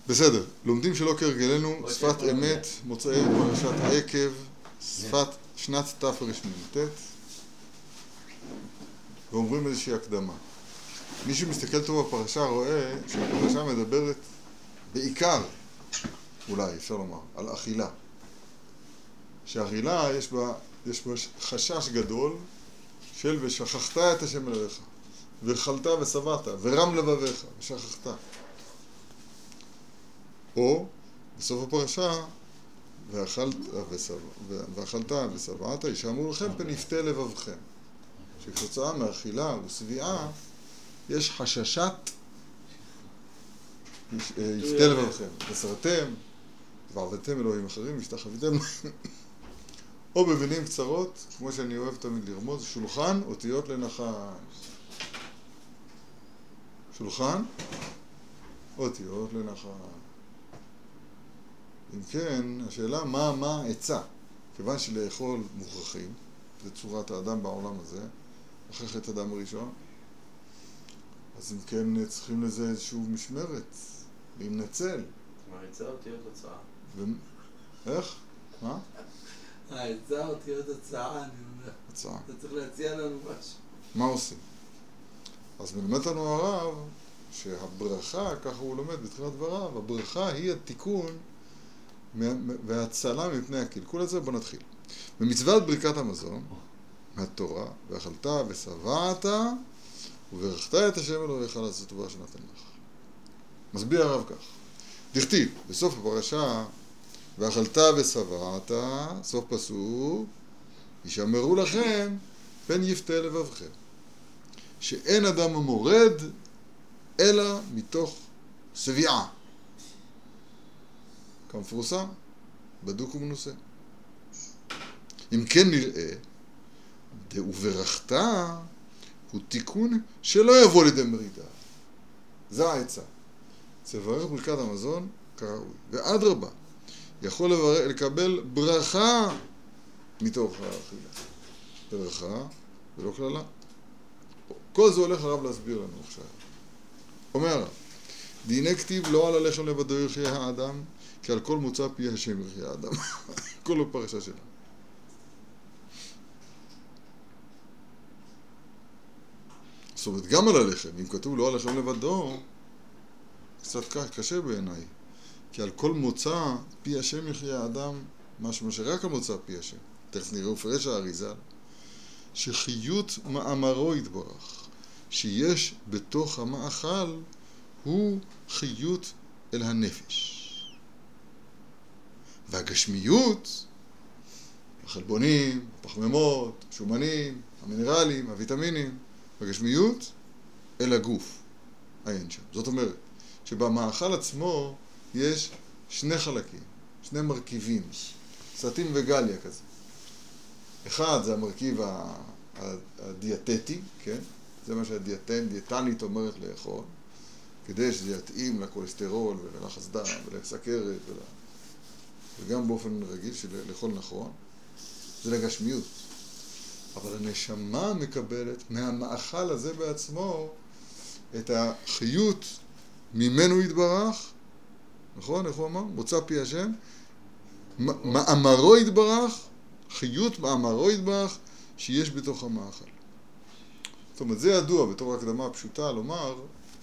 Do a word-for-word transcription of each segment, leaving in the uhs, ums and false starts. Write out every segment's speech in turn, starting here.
בסדר, לומדים שלא כהרגלנו, שפת אמת, מוצאי פרשת עקב, שפת שנת תרמ"ט, ואומרים איזושהי הקדמה. מי שמסתכל טוב בפרשה רואה שהפרשה מדברת בעיקר, אולי אפשר לומר, על אכילה. שאכילה יש בה, יש בה חשש גדול של ושכחת את השם אלוהיך, ואכלת ושבעת, ורם לבביך, ושכחת. או בסוף הפרשה, ואכלת ואכלת ושבעת, ישמעו לכם פן יפתה לבבכם. שכתוצאה מאכילה ושביעה יש חששת יפתה לבבכם. וסרתם, ועבדתם אלוהים אחרים, והשתחוויתם. או במילים קצרות, כמו שאני אוהב תמיד לרמוז, שולחן אותיות לנחש. שולחן אותיות לנחש. אם כן, השאלה מה, מה העצה? כיוון שלאכול מוכרחים, זה צורת האדם בעולם הזה, אחרי חטא אדם הראשון, אז אם כן צריכים לזה איזשהו משמרת, להינצל. העצה אותיות הצעה. ו... איך? מה? העצה אותיות הצעה, אני אומר. הצעה. אתה צריך להציע לנו משהו. מה עושים? אז מלמד לנו הרב שהברכה, ככה הוא לומד בתחילת דבריו, הברכה היא התיקון וההצלה מפני הקלקול הזה. בוא נתחיל. במצוות ברכת המזון, מהתורה, ואכלת ושבעת, וברכת את השם אלוהיך לעשות טובה שנתן לך. מסביר הרב כך. דכתיב, בסוף הפרשה, ואכלת ושבעת, סוף פסוק, ישמרו לכם פן יפתה לבבכם. שאין אדם המורד, אלא מתוך שביעה. כמפורסם, בדוק ומנוסה. אם כן נראה, וברכת הוא תיקון שלא יבוא לידי מרידה. זה העצה. צברך ברכת המזון כראוי. ואדרבה, יכול לבר... לקבל ברכה מתוך האכילה. ברכה ולא כללה. כל זה הולך הרב להסביר לנו עכשיו. אומר הרב, דיני כתיב לא על הלחם לבדו יחיה האדם, כי על כל מוצא פי השם יחיה האדם. כל הפרשה שלה. זאת אומרת, גם על הלחם, אם כתוב לא על הלחם לבדו, קצת קשה בעיניי. כי על כל מוצא פי השם יחיה האדם, משמע שרק על מוצא פי השם. תכף נראה ופרש האריזה, שחיות מאמרו יתברך, שיש בתוך המאכל, הוא חיות אל הנפש. והגשמיות, החלבונים, הפחמימות, שומנים, המינרלים, הוויטמינים, הגשמיות אל הגוף. אין שם. זאת אומרת, שבמאכל עצמו יש שני חלקים, שני מרכיבים, סרטים וגליה כזה. אחד זה המרכיב הדיאטטי, כן? זה מה שהדיאטנית אומרת לאכול, כדי שזה יתאים לכולסטרול וללחץ דם ולסכרת ול... וגם באופן רגיל של לאכול נכון, זה לגשמיות. אבל הנשמה מקבלת מהמאכל הזה בעצמו את החיות ממנו יתברך, נכון? איך הוא אמר? מוצא פי השם, מאמרו יתברך, חיות מאמרו יתברך שיש בתוך המאכל. זאת אומרת, זה ידוע בתור הקדמה פשוטה לומר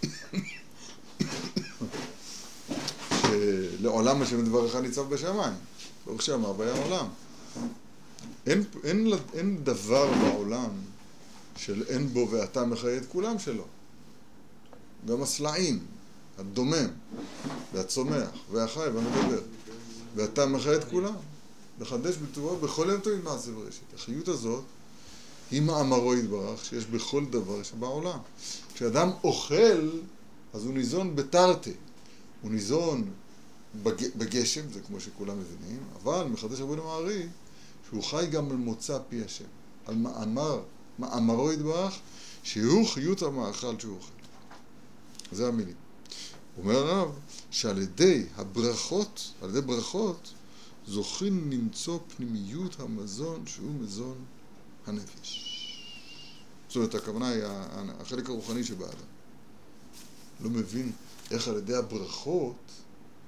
שלעולם השם דברך ניצב בשמיים, ברוך שאמר והיה עולם. אין, אין, אין דבר בעולם של אין בו ואתה מחיה את כולם שלו. גם הסלעים, הדומם, והצומח, והחי והמדבר. ואתה מחיה את כולם. לחדש בטובו בכל יום תמיד מעשה בראשית. החיות הזאת היא מאמרו יתברך שיש בכל דבר שבעולם. כשאדם אוכל, אז הוא ניזון בתרתי. הוא ניזון בג... בגשם, זה כמו שכולם מבינים, אבל מחדש רבנו מערי, שהוא חי גם על מוצא פי השם. על מאמר, מאמרו יתברך, שהוא חיות המאכל שהוא אוכל. זה המילים. אומר הרב, שעל ידי הברכות, על ידי ברכות, זוכים למצוא פנימיות המזון שהוא מזון הנפש. זאת אומרת, הכוונה היא החלק הרוחני שבאדם. לא מבין איך על ידי הברכות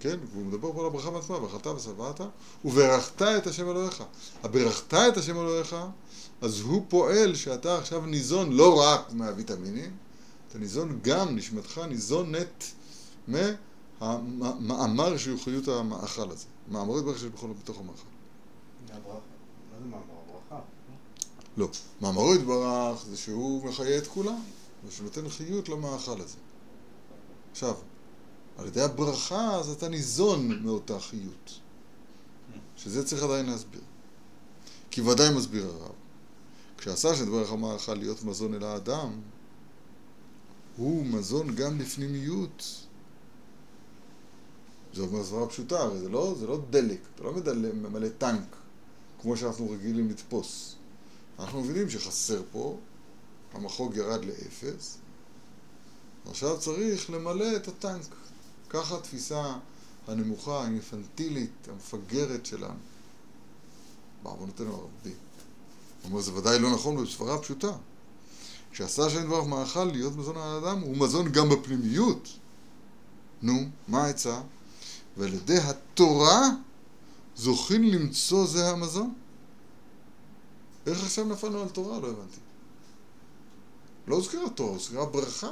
כן? והוא מדבר פה על הברכה בעצמה, ואכלת ושבעת, וברכת את השם אלוהיך. הברכת את השם אלוהיך, אז הוא פועל שאתה עכשיו ניזון לא רק מהוויטמינים, אתה ניזון גם, נשמתך ניזון נט מהמאמר שיוכיות המאכל הזה. מאמרות ברך שיש בכל בתוך המאכל. מה זה מאמר? ברכה? לא. מאמרו יתברך זה שהוא מחיה את כולם, ושנותן חיות למאכל הזה. עכשיו, על ידי הברכה אז אתה ניזון מאותה חיות. שזה צריך עדיין להסביר. כי ודאי מסביר הרב. כשעשה שדברך המאכל להיות מזון אל האדם, הוא מזון גם לפנימיות. זה אומר סברה פשוטה, הרי זה לא, זה לא דלק, אתה לא מדלק, ממלא טנק, כמו שאנחנו רגילים לתפוס. אנחנו מבינים שחסר פה, המחוג ירד לאפס, עכשיו צריך למלא את הטנק. ככה התפיסה הנמוכה, האינפנטילית, המפגרת שלנו. בעוונותינו הרבים. הוא אומר, זה ודאי לא נכון בסברה פשוטה. כשעשה שאין דבר מאכל להיות מזון על האדם, הוא מזון גם בפנימיות. נו, מה העצה? ועל ידי התורה זוכים למצוא זה המזון. איך עכשיו נפלנו על תורה? לא הבנתי. לא הוזכרה תורה, הוזכרה ברכה.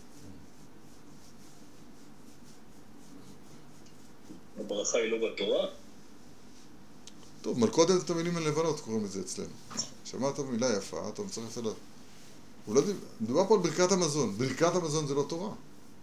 הברכה היא לא בתורה? טוב, מלכודת את המילים הלבנות קוראים את זה אצלנו. שמעת מילה יפה, אתה מצטרף אליו. הוא לא דיבר, מדובר פה על ברכת המזון. ברכת המזון זה לא תורה.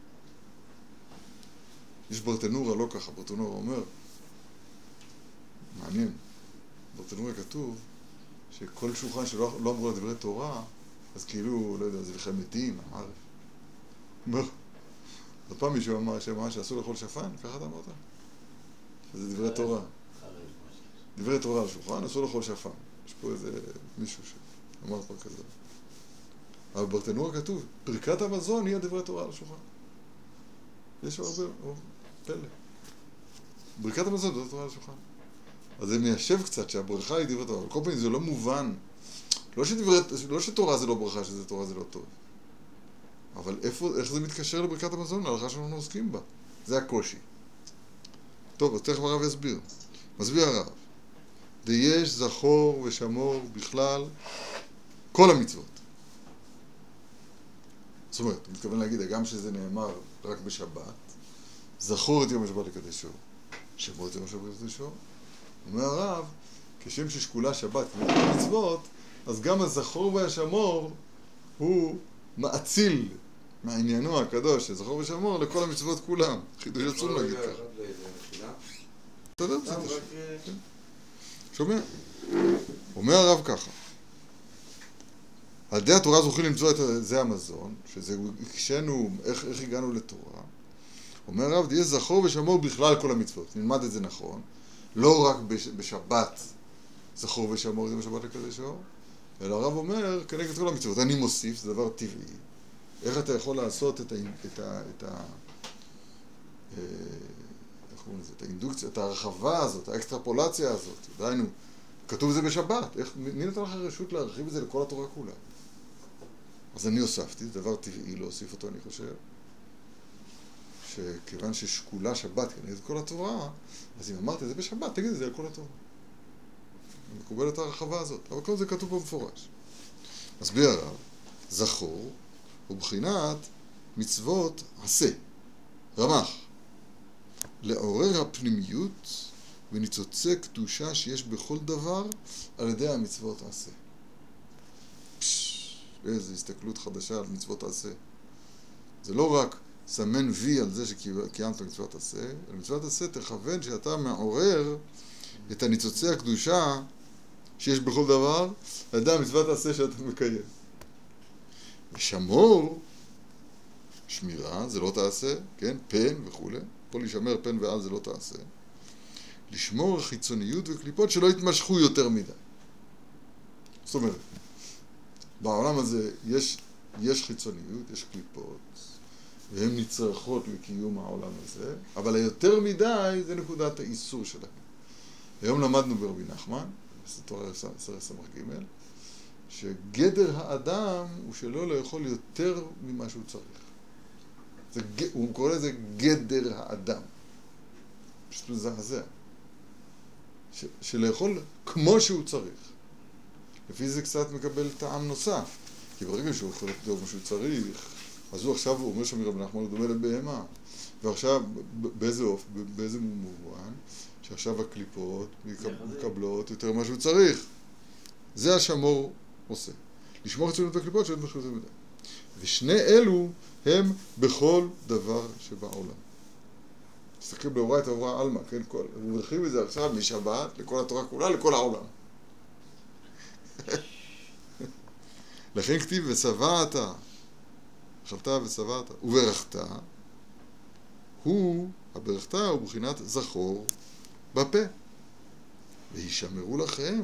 יש ברטנורה לא ככה, ברטנורה אומר, מעניין, ברטנורה כתוב שכל שולחן שלא לא אמרו לדברי תורה, אז כאילו, לא יודע, זה בכלל מתים, אמר. אומר, עוד פעם מישהו אמר שמה שאסור לאכול שפן, ככה אתה אמרת? זה דברי תורה. דברי תורה על שולחן, אסור לאכול שפן. יש פה איזה מישהו שאמר פה כזה. אבל ברטנורה כתוב, ברכת המזון היא הדברי תורה על השולחן. יש הרבה, פלא. ברכת המזון זה תורה על השולחן. אז זה מיישב קצת שהברכה היא דברי תורה. אבל כל פעמים זה לא מובן. לא, שדברי, לא שתורה זה לא ברכה, שזה תורה זה לא טוב. אבל איפה, איך זה מתקשר לברכת המזון? להלכה שאנחנו עוסקים בה. זה הקושי. טוב, אז תכף הרב יסביר. מסביר הרב. דיש זכור ושמור בכלל כל המצוות. זאת אומרת, הוא מתכוון להגיד, גם שזה נאמר רק בשבת, זכור את יום השבת לקדשו, שמור את יום השבת לקדשו. אומר הרב, כשם ששקולה שבת כמו כל המצוות, אז גם הזכור והשמור הוא מאציל מעניינו הקדוש, שזכור ושמור לכל המצוות כולם. חידוש עצום להגיד ככה. תודה, בסדר. שומע? אומר הרב ככה, על ידי התורה זוכים למצוא את זה המזון, שזה הקשנו, איך, איך הגענו לתורה. אומר הרב, דיש זכור ושמור בכלל כל המצוות. נלמד את זה נכון. לא רק בשבת זכור ושמור את זה בשבת לקדשו, אלא הרב אומר, כנגד כל המצוות. אני מוסיף, זה דבר טבעי. איך אתה יכול לעשות את ה... את ה, את ה איך קוראים לזה? את האינדוקציה, את ההרחבה הזאת, האקסטרפולציה הזאת. דיינו, כתוב זה בשבת. איך, מי נתן לך רשות להרחיב את זה לכל התורה כולה? אז אני הוספתי, זה דבר טבעי להוסיף אותו, אני חושב. שכיוון ששקולה שבת כנגד כל התורה, אז אם אמרתי זה בשבת, תגיד את זה על כל התורה. מקובל את ההרחבה הזאת. אבל כל זה כתוב פה מפורש. מסביר הרב, זכור ובחינת מצוות עשה, רמח, לעורר הפנימיות וניצוצי קדושה שיש בכל דבר על ידי המצוות עשה. פשש, איזו הסתכלות חדשה על מצוות עשה. זה לא רק סמן וי על זה שקיימת מצוות עשה, על מצוות עשה תכוון שאתה מעורר את הניצוצי הקדושה שיש בכל דבר על ידי המצוות עשה שאתה מקיים. ושמור, שמירה, זה לא תעשה, כן? פן וכו'. פה להישמר פן ועל זה לא תעשה. לשמור חיצוניות וקליפות שלא יתמשכו יותר מדי. זאת אומרת, בעולם הזה יש, יש חיצוניות, יש קליפות, והן נצרכות לקיום העולם הזה, אבל היותר מדי זה נקודת האיסור שלהם. היום למדנו ברבי נחמן, בסתור עשר סמך ג', שגדר האדם הוא שלא לאכול יותר ממה שהוא צריך. זה, הוא קורא לזה גדר האדם. פשוט מזעזע. ש- שלאכול כמו שהוא צריך. לפי זה קצת מקבל טעם נוסף. כי ברגע שהוא אוכל כמו שהוא צריך, אז הוא עכשיו אומר שם רבי נחמן הוא דומה לבהמה. ועכשיו, באיזה אוף, באיזה מובן, שעכשיו הקליפות מקבלות יותר ממה שהוא צריך. זה השמור עושה. לשמור את צלמות הקליפות שאין בכלל זה מדי. ושני אלו הם בכל דבר שבעולם. תסתכלו באורייתא אברא עלמא, כן? כל, הוא מרחיב את זה עכשיו משבת לכל התורה כולה, לכל העולם. לכן כתיב ושבעת, אכלת ושבעת, וברכת, הוא, הברכת הוא בחינת זכור בפה. וישמרו לכם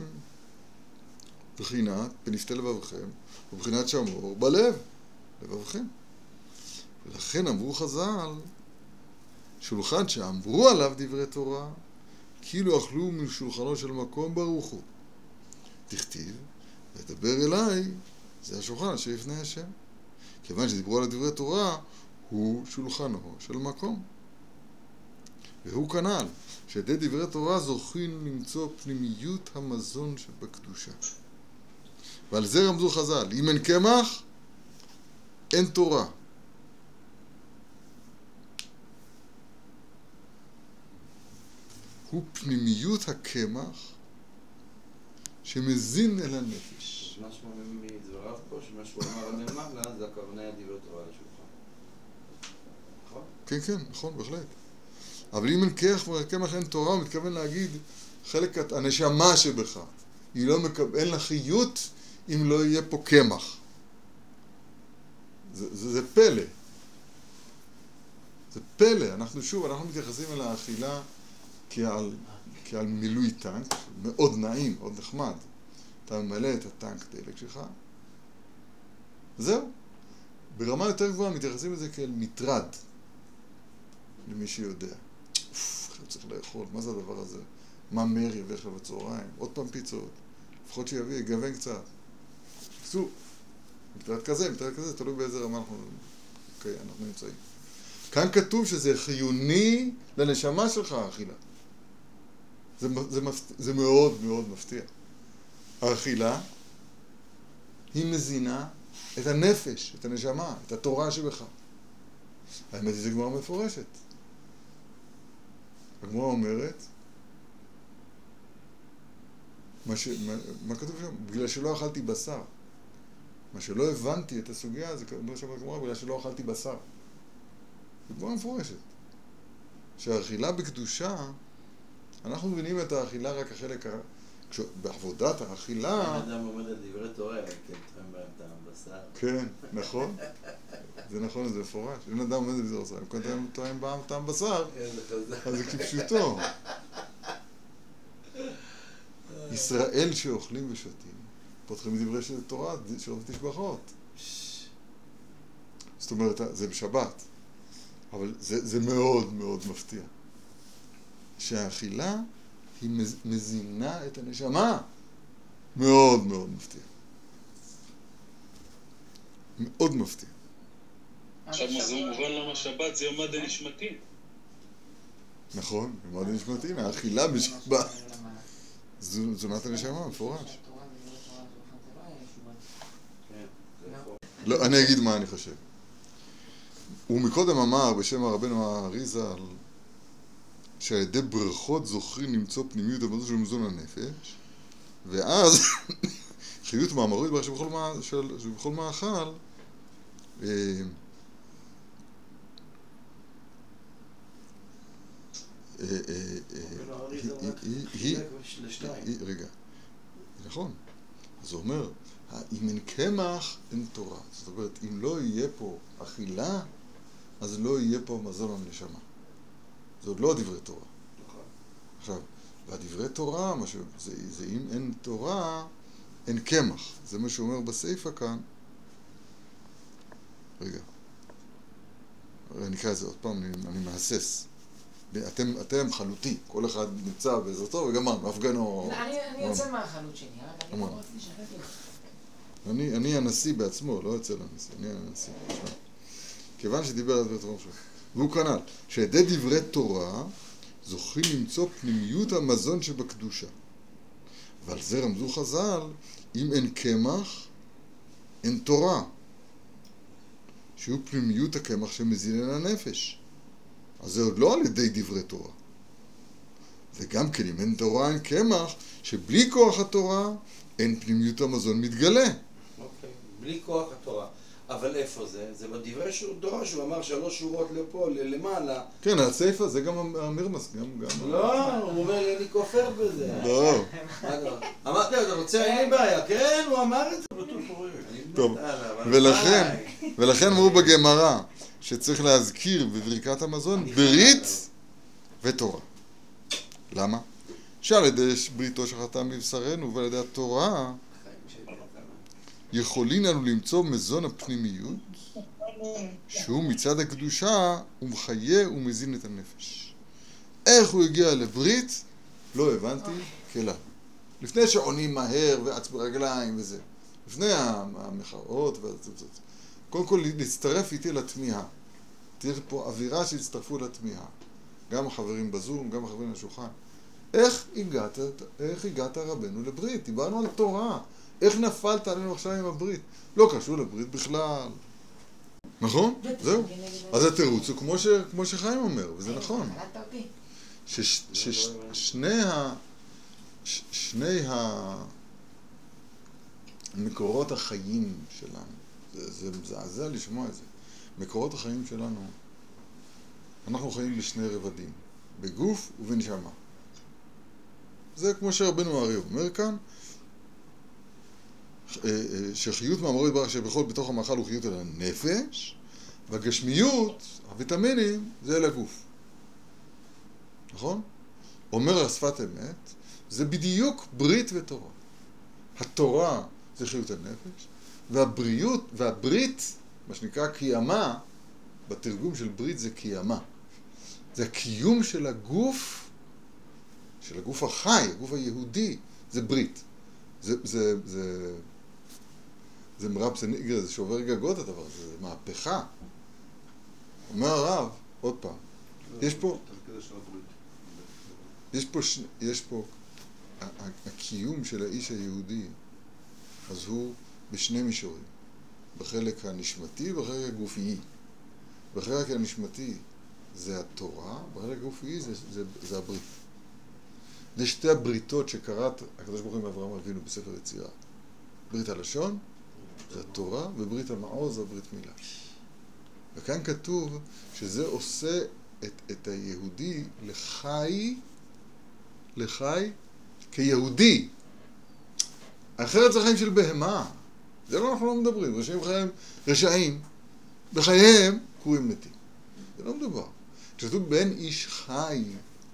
בחינת פנפתי לבבכם, ובחינת שמור בלב, לבבכם. ולכן אמרו חז"ל, שולחן שאמרו עליו דברי תורה, כאילו אכלו משולחנו של מקום ברוך הוא. תכתיב, ודבר אליי, זה השולחן אשר לפני השם. כיוון שדיברו על דברי תורה, הוא שולחנו של מקום. והוא כנ"ל, שידי דברי תורה זוכים למצוא פנימיות המזון שבקדושה. ועל זה רמזו חז"ל, אם אין קמח, אין תורה. הוא פנימיות הקמח שמזין אל הנפש. מה שמענו מדבריו פה, שמה שהוא אמר למעלה, זה הכוונה דברי תורה לשולחן. נכון? כן, כן, נכון, בהחלט. אבל אם אין קמח וקמח אין תורה, הוא מתכוון להגיד חלק הנשמה שבך. היא לא מקבל, אין לה חיות אם לא יהיה פה קמח. זה, זה, זה פלא. זה פלא. אנחנו שוב, אנחנו מתייחסים אל האכילה כעל, כעל מילוי טנק, מאוד נעים, מאוד נחמד. אתה ממלא את הטנק דלק שלך. זהו. ברמה יותר גבוהה מתייחסים לזה כאל מטרד. למי שיודע. אוף, אני צריך לאכול, מה זה הדבר הזה? מה מר יביא לך בצהריים? עוד פעם פיצות. לפחות שיביא, יגוון קצת. קצו. מטרד כזה, מטרד כזה, תלוי באיזה רמה אנחנו, אוקיי, אנחנו נמצאים. כאן כתוב שזה חיוני לנשמה שלך, האכילה. זה, זה, מפת... זה מאוד מאוד מפתיע. האכילה היא מזינה את הנפש, את הנשמה, את התורה שבך. האמת היא זה גמרא מפורשת. הגמרא אומרת, מה, ש... מה... מה כתוב שם? בגלל שלא אכלתי בשר. מה שלא הבנתי את הסוגיה, זה אומר שם הגמרא, בגלל שלא אכלתי בשר. זה גמרא מפורשת. שהאכילה בקדושה, אנחנו מבינים את האכילה רק החלק, כש... בעבודת האכילה... אם אדם עומד על דברי תורה, כן, תראים בהם טעם בשר. כן, נכון. זה נכון, זה מפורש. אם אדם עומד על דברי תורה, אם כותבים טועם בעם טעם בשר, אז זה כפשוטו. ישראל שאוכלים ושותים, פותחים דברי של תורה, של תשבחות. זאת אומרת, זה בשבת. אבל זה, זה מאוד מאוד מפתיע. שהאכילה היא מזינה את הנשמה. מאוד מאוד מפתיע. מאוד מפתיע. עכשיו זה מובן למה שבת זה יום עד הנשמתי. נכון, יום עד הנשמתי, האכילה בשבת. תזונת הנשמה, מפורש. לא, אני אגיד מה אני חושב. הוא מקודם אמר בשם הרבנו האריז"ל שעל ידי ברכות זוכרים למצוא פנימיות המזון של מזון הנפש, ואז חיות מאמרו יתברך שבכל, מה, של, שבכל מאכל אה, אה, אה, היא, רגע, נכון, אז הוא אומר, אם אין קמח, אין תורה. זאת אומרת, אם לא יהיה פה אכילה, אז לא יהיה פה מזון לנשמה. זה עוד לא דברי תורה. עכשיו, והדברי תורה, מה ש... זה, זה אם אין תורה, אין קמח. זה מה שאומר בסעיפה כאן. רגע. אני נקרא את זה עוד פעם, אני, אני מהסס. אתם, אתם חלוטי, כל אחד נמצא בעזרתו וגמרנו, הפגנו... אני יוצא מהחלות שלי, אני לא רוצה לשחק לך. אני, אני הנשיא בעצמו, לא יוצא לנשיא, אני הנשיא. כיוון שדיבר על דברי תורה שלו. והוא כנ"ל, שידי דברי תורה זוכים למצוא פנימיות המזון שבקדושה. ועל זה רמזו חז"ל, אם אין קמח, אין תורה. שהוא פנימיות הקמח שמזין אל הנפש. אז זה עוד לא על ידי דברי תורה. וגם כן, אם אין תורה, אין קמח, שבלי כוח התורה, אין פנימיות המזון מתגלה. אוקיי, בלי כוח התורה. אבל איפה זה? זה בדברי תורה שהוא אמר שלוש שורות לפה, למעלה. כן, הסייפה, זה גם המרמס, גם... גם לא, הוא אומר לי, אני כופר בזה. לא. אמרתי, אתה רוצה, אין לי בעיה. כן, הוא אמר את זה. טוב, ולכן, ולכן אמרו בגמרא, שצריך להזכיר בברכת המזון ברית ותורה. למה? שעל ידי בריתו שחתם בבשרנו ועל ידי התורה יכולים לנו למצוא מזון הפנימיות שהוא מצד הקדושה ומחיה ומזין את הנפש. איך הוא הגיע לברית? לא הבנתי כלל. לפני שעונים מהר ועץ ברגליים וזה. לפני המחאות והצצות. קודם כל להצטרף איתי לתמיהה. תראה פה אווירה שהצטרפו לתמיהה. גם החברים בזום, גם החברים לשולחן. איך הגעת, איך הגעת רבנו לברית? דיברנו על תורה. איך נפלת עלינו עכשיו עם הברית? לא קשור לברית בכלל. נכון? זהו. אז התירוץ הוא כמו, ש, כמו שחיים אומר, וזה נכון. ששני ה... שני המקורות החיים שלנו, זה, זה מזעזע לשמוע את זה. מקורות החיים שלנו, אנחנו חיים בשני רבדים, בגוף ובנשמה. זה כמו שרבנו הארי אומר כאן, שחיות מאמרו יתברך שבכל בתוך המאכל הוא חיות אל הנפש, והגשמיות, הוויטמינים, זה אל הגוף. נכון? אומר השפת אמת, זה בדיוק ברית ותורה. התורה זה חיות הנפש, והבריות, והברית, מה שנקרא קיימה, בתרגום של ברית זה קיימה. זה הקיום של הגוף, של הגוף החי, הגוף היהודי, זה ברית. זה, זה, זה, זה מרב סניגר, זה שובר גגות הדבר, זה מהפכה. אומר הרב, עוד פעם, יש פה, יש פה, יש פה, הקיום של האיש היהודי, אז הוא בשני מישורים. בחלק הנשמתי ובחלק הגופי. בחלק הנשמתי זה התורה, בחלק הגופי זה, זה, זה הברית. זה שתי הבריתות שקראת הקדוש ברוך הוא עם אברהם אבינו בספר יצירה. ברית הלשון, זה התורה, וברית המעוז, זה ברית מילה. וכאן כתוב שזה עושה את, את היהודי לחי, לחי כיהודי. אחרת זה חיים של בהמה. זה לא, אנחנו לא מדברים. רשעים חיים, רשעים, בחייהם קרויים מתים. זה לא מדובר. כשכתוב בן איש חי,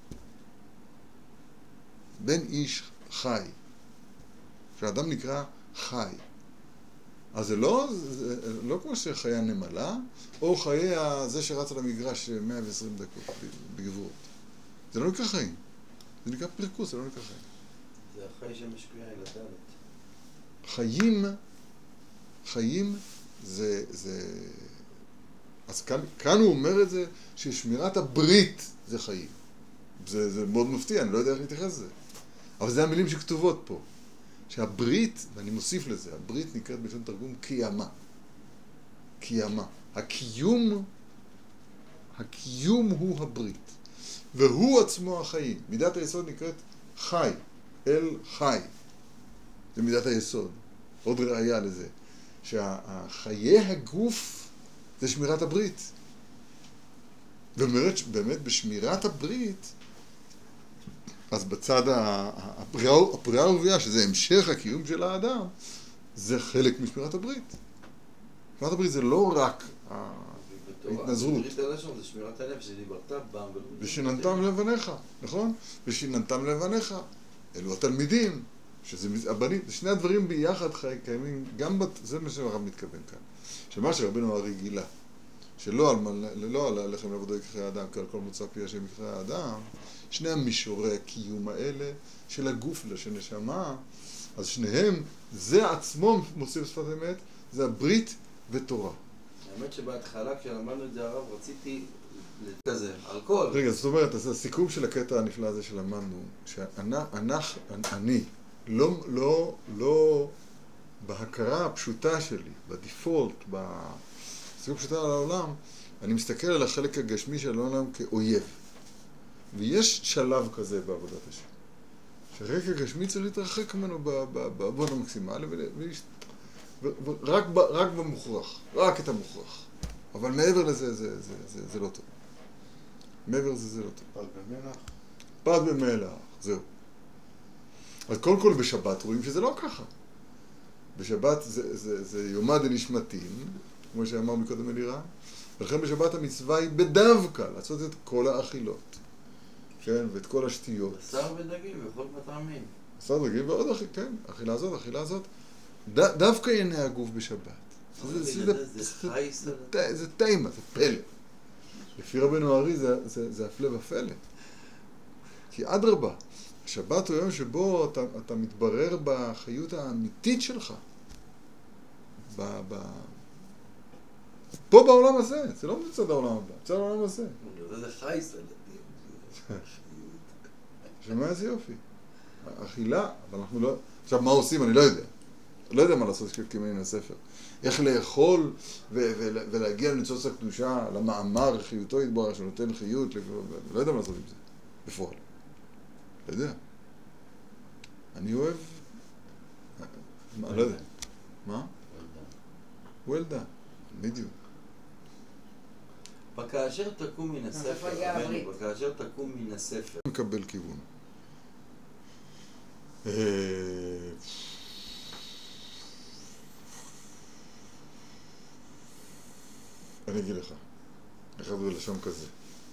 בן איש חי, כשאדם נקרא חי, אז זה לא, זה לא כמו שחיי הנמלה, או חיי זה שרץ על המגרש מאה ועשרים דקות בגבורות. זה לא נקרא חיים. זה נקרא פרקוס, זה לא נקרא חיים. זה החי שמשפיע אל הדלת. חיים, חיים זה, זה... אז כאן, כאן הוא אומר את זה, ששמירת הברית זה חיים. זה, זה מאוד מפתיע, אני לא יודע איך להתייחס לזה. אבל זה המילים שכתובות פה. שהברית, ואני מוסיף לזה, הברית נקראת בלשון תרגום קיימה. קיימה. הקיום, הקיום הוא הברית. והוא עצמו החיים. מידת היסוד נקראת חי. אל חי. זה מידת היסוד. עוד ראיה לזה. שהחיי הגוף זה שמירת הברית. ובאמת, באמת בשמירת הברית, אז בצד הפריאה הרבייה, שזה המשך הקיום של האדם, זה חלק משמירת הברית. שמירת הברית זה לא רק ההתנזרות. ברית הלשון זה שמירת הנפש, שדיברת בם. ושיננתם לבניך, נכון? ושיננתם לבניך. אלו התלמידים, שזה הבנים, שני הדברים ביחד קיימים, גם בת... זה מה שהרב מתכוון כאן. שמה שרבנו הארי גילה, שלא על, לא על הלחם לעבודו יקחי האדם, כי על כל מוצא פיה שם יקחי האדם, שני המישורי הקיום האלה, של הגוף ושל נשמה, אז שניהם, זה עצמו מוסיף שפת אמת, זה הברית ותורה. האמת שבהתחלה כשלמדנו את זה הרב, רציתי כזה, אלכוהול. רגע, זאת אומרת, אז הסיכום של הקטע הנפלא הזה שלמדנו, שאני, לא, לא, לא, בהכרה הפשוטה שלי, בדיפולט, בסיכום פשוטה על העולם, אני מסתכל על החלק הגשמי של העולם כאויב. ויש שלב כזה בעבודת השם. שרק הגשמי צריך להתרחק ממנו בעבוד המקסימלי, רק במוכרח, רק את המוכרח. אבל מעבר לזה, זה, זה, זה, זה לא טוב. מעבר לזה, זה לא טוב. פת במלח. פת במלח, זהו. אז קודם כל בשבת רואים שזה לא ככה. בשבת זה, זה, זה יומא דנשמתין, כמו שאמר מקודם אלירן, ולכן בשבת המצווה היא בדווקא לעשות את כל האכילות. כן, ואת כל השתיות. בשר ודגים וכל מטעמים. בשר ודגים ועוד אכילה, כן, אכילה הזאת, אכילה הזאת. ד, דווקא ינא הגוף בשבת. זה, זה, זה, זה, זה חי סלט. זה תימה, זה פלא. לפי רבנו הארי זה, זה, זה הפלא ופלא. כי אדרבה, השבת הוא יום שבו אתה, אתה מתברר בחיות האמיתית שלך. ב, ב... פה בעולם הזה, זה לא מצד העולם הבא, מצד העולם הזה. זה חי סלט. שומע איזה יופי. אכילה, אבל אנחנו לא... עכשיו, מה עושים? אני לא יודע. לא יודע מה לעשות כמין הספר. איך לאכול ו- ו- ולהגיע לניצוץ הקדושה, למאמר, חיותו יתברך, שנותן חיות, לא יודע מה לעשות עם זה, בפועל. לא יודע. אני אוהב... לא יודע. מה? well done. בדיוק. וכאשר תקום מן הספר, רבנו, וכאשר תקום מן הספר. מקבל כיוון. אני אגיד לך, אחד בלשון כזה.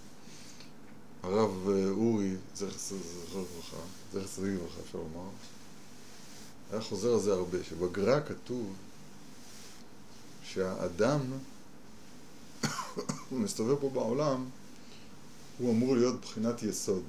הרב אורי, זכר לברכה, זכר צדיק לברכה, אפשר לומר, היה חוזר על זה הרבה, שבגר"א כתוב שהאדם, הוא מסתובב פה בעולם, הוא אמור להיות בחינת יסוד.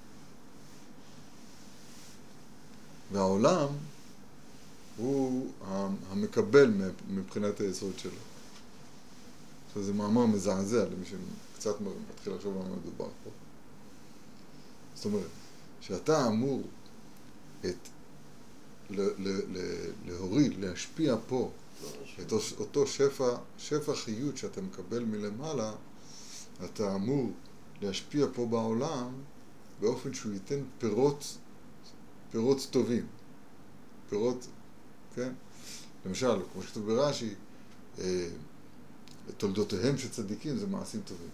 והעולם הוא המקבל מבחינת היסוד שלו. עכשיו זה מאמר מזעזע למי שקצת מתחיל לחשוב על מה מדובר פה. זאת אומרת, שאתה אמור את, ל, ל, ל, להוריד, להשפיע פה את אותו שפע, שפע חיות שאתה מקבל מלמעלה, אתה אמור להשפיע פה בעולם באופן שהוא ייתן פירות, פירות טובים. פירות, כן? למשל, כמו שכתוב ברש"י, אה, תולדותיהם של צדיקים זה מעשים טובים.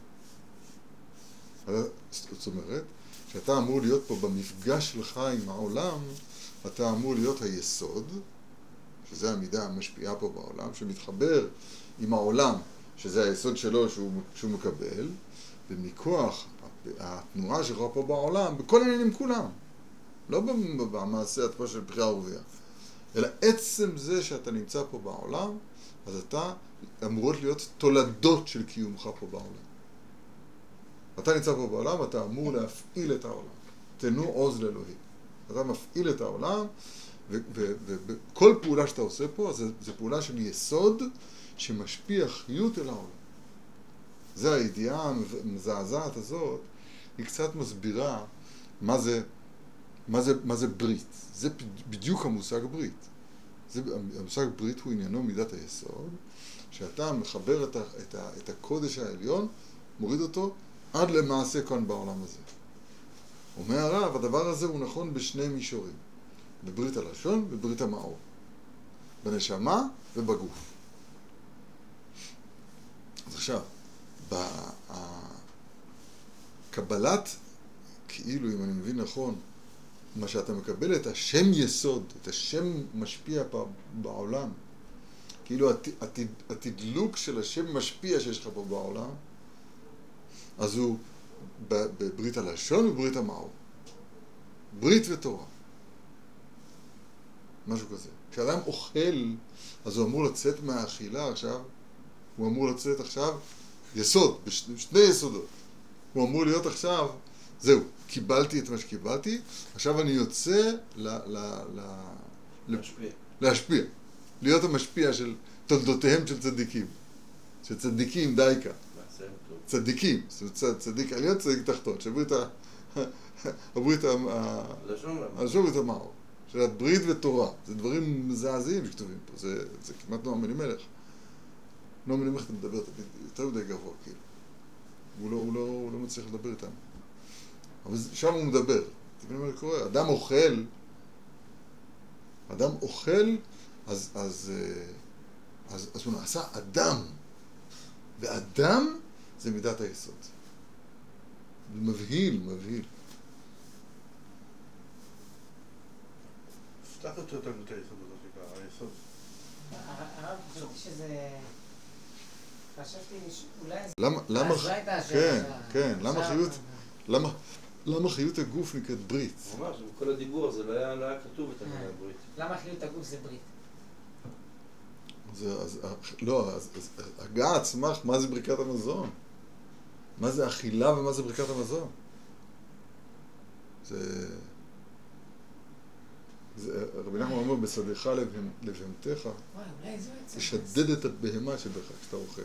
זאת אומרת, שאתה אמור להיות פה במפגש שלך עם העולם, אתה אמור להיות היסוד, שזה המידה המשפיעה פה בעולם, שמתחבר עם העולם, שזה היסוד שלו שהוא, שהוא מקבל, ומכוח התנועה שלך פה בעולם, בכל העניינים כולם. לא במעשה התפה של בחירה ורבייה, אלא עצם זה שאתה נמצא פה בעולם, אז אתה אמורות להיות תולדות של קיומך פה בעולם. אתה נמצא פה בעולם, אתה אמור להפעיל את העולם. תנו עוז לאלוהים. אתה מפעיל את העולם, וכל פעולה שאתה עושה פה, זה, זה פעולה של יסוד שמשפיע חיות אל העולם. זה הידיעה המזעזעת הזאת, היא קצת מסבירה מה זה, מה זה, מה זה ברית. זה בדיוק המושג ברית. זה, המושג ברית הוא עניינו מידת היסוד, שאתה מחבר את, ה, את, ה, את הקודש העליון, מוריד אותו עד למעשה כאן בעולם הזה. אומר הרב, הדבר הזה הוא נכון בשני מישורים. בברית הלשון וברית המאור. בנשמה ובגוף. אז עכשיו, בקבלת, כאילו אם אני מבין נכון, מה שאתה מקבל את השם יסוד, את השם משפיע פה בעולם, כאילו התדלוק של השם משפיע שיש לך פה בעולם, אז הוא בברית הלשון וברית המאור. ברית ותורה. משהו כזה. כשאדם אוכל, אז הוא אמור לצאת מהאכילה עכשיו, הוא אמור לצאת עכשיו יסוד, בשני יסודות. הוא אמור להיות עכשיו, זהו, קיבלתי את מה שקיבלתי, עכשיו אני יוצא ל... ל, ל להשפיע. להשפיע. להיות המשפיע של תולדותיהם של צדיקים. של צדיקים דייקה. מעשיהם טוב. צדיקים, זאת אומרת, צדיק עליון, צדיק תחתון, שהברית ה... הברית ה... הברית המאור, של הברית ותורה, זה דברים מזעזעים שכתובים פה, זה, זה כמעט נועם אלימלך. נועם אלימלך אתה מדבר יותר מדי גבוה, כאילו. הוא לא, הוא לא, הוא לא מצליח לדבר איתם. אבל שם הוא מדבר. אתם מבינים מה קורה? אדם אוכל, אדם אוכל, אז, אז, אז, אז הוא נעשה אדם. ואדם זה מידת היסוד. מבהיל, מבהיל. פתח יותר יותר מידת היסוד הזאת שנקרא, היסוד. הרב, חשבתי שזה... חשבתי שאולי... למה, למה... אז לא הייתה כן, השאלה. כן, למה חיות... למה... למה חיות הגוף נקראת ברית? ממש, בכל הדיבור הזה לא היה, לא היה כתוב את המילה ברית. למה חיות הגוף זה ברית? זה, אז, לא, אז, אז הגה עצמך, מה זה בריקת המזון? מה זה אכילה ומה זה בריקת המזון? זה... זה רבי נחמן אומר, בשדך לבהמתך, וואי, אולי זו עצם. תשדד את הבהמה שבך כשאתה אוכל.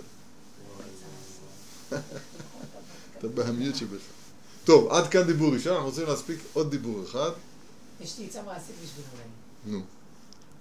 את הבהמיות שבך. טוב, עד כאן דיבור ראשון, אנחנו רוצים להספיק עוד דיבור אחד. יש לי עצה מעשית בשביל אולי. נו.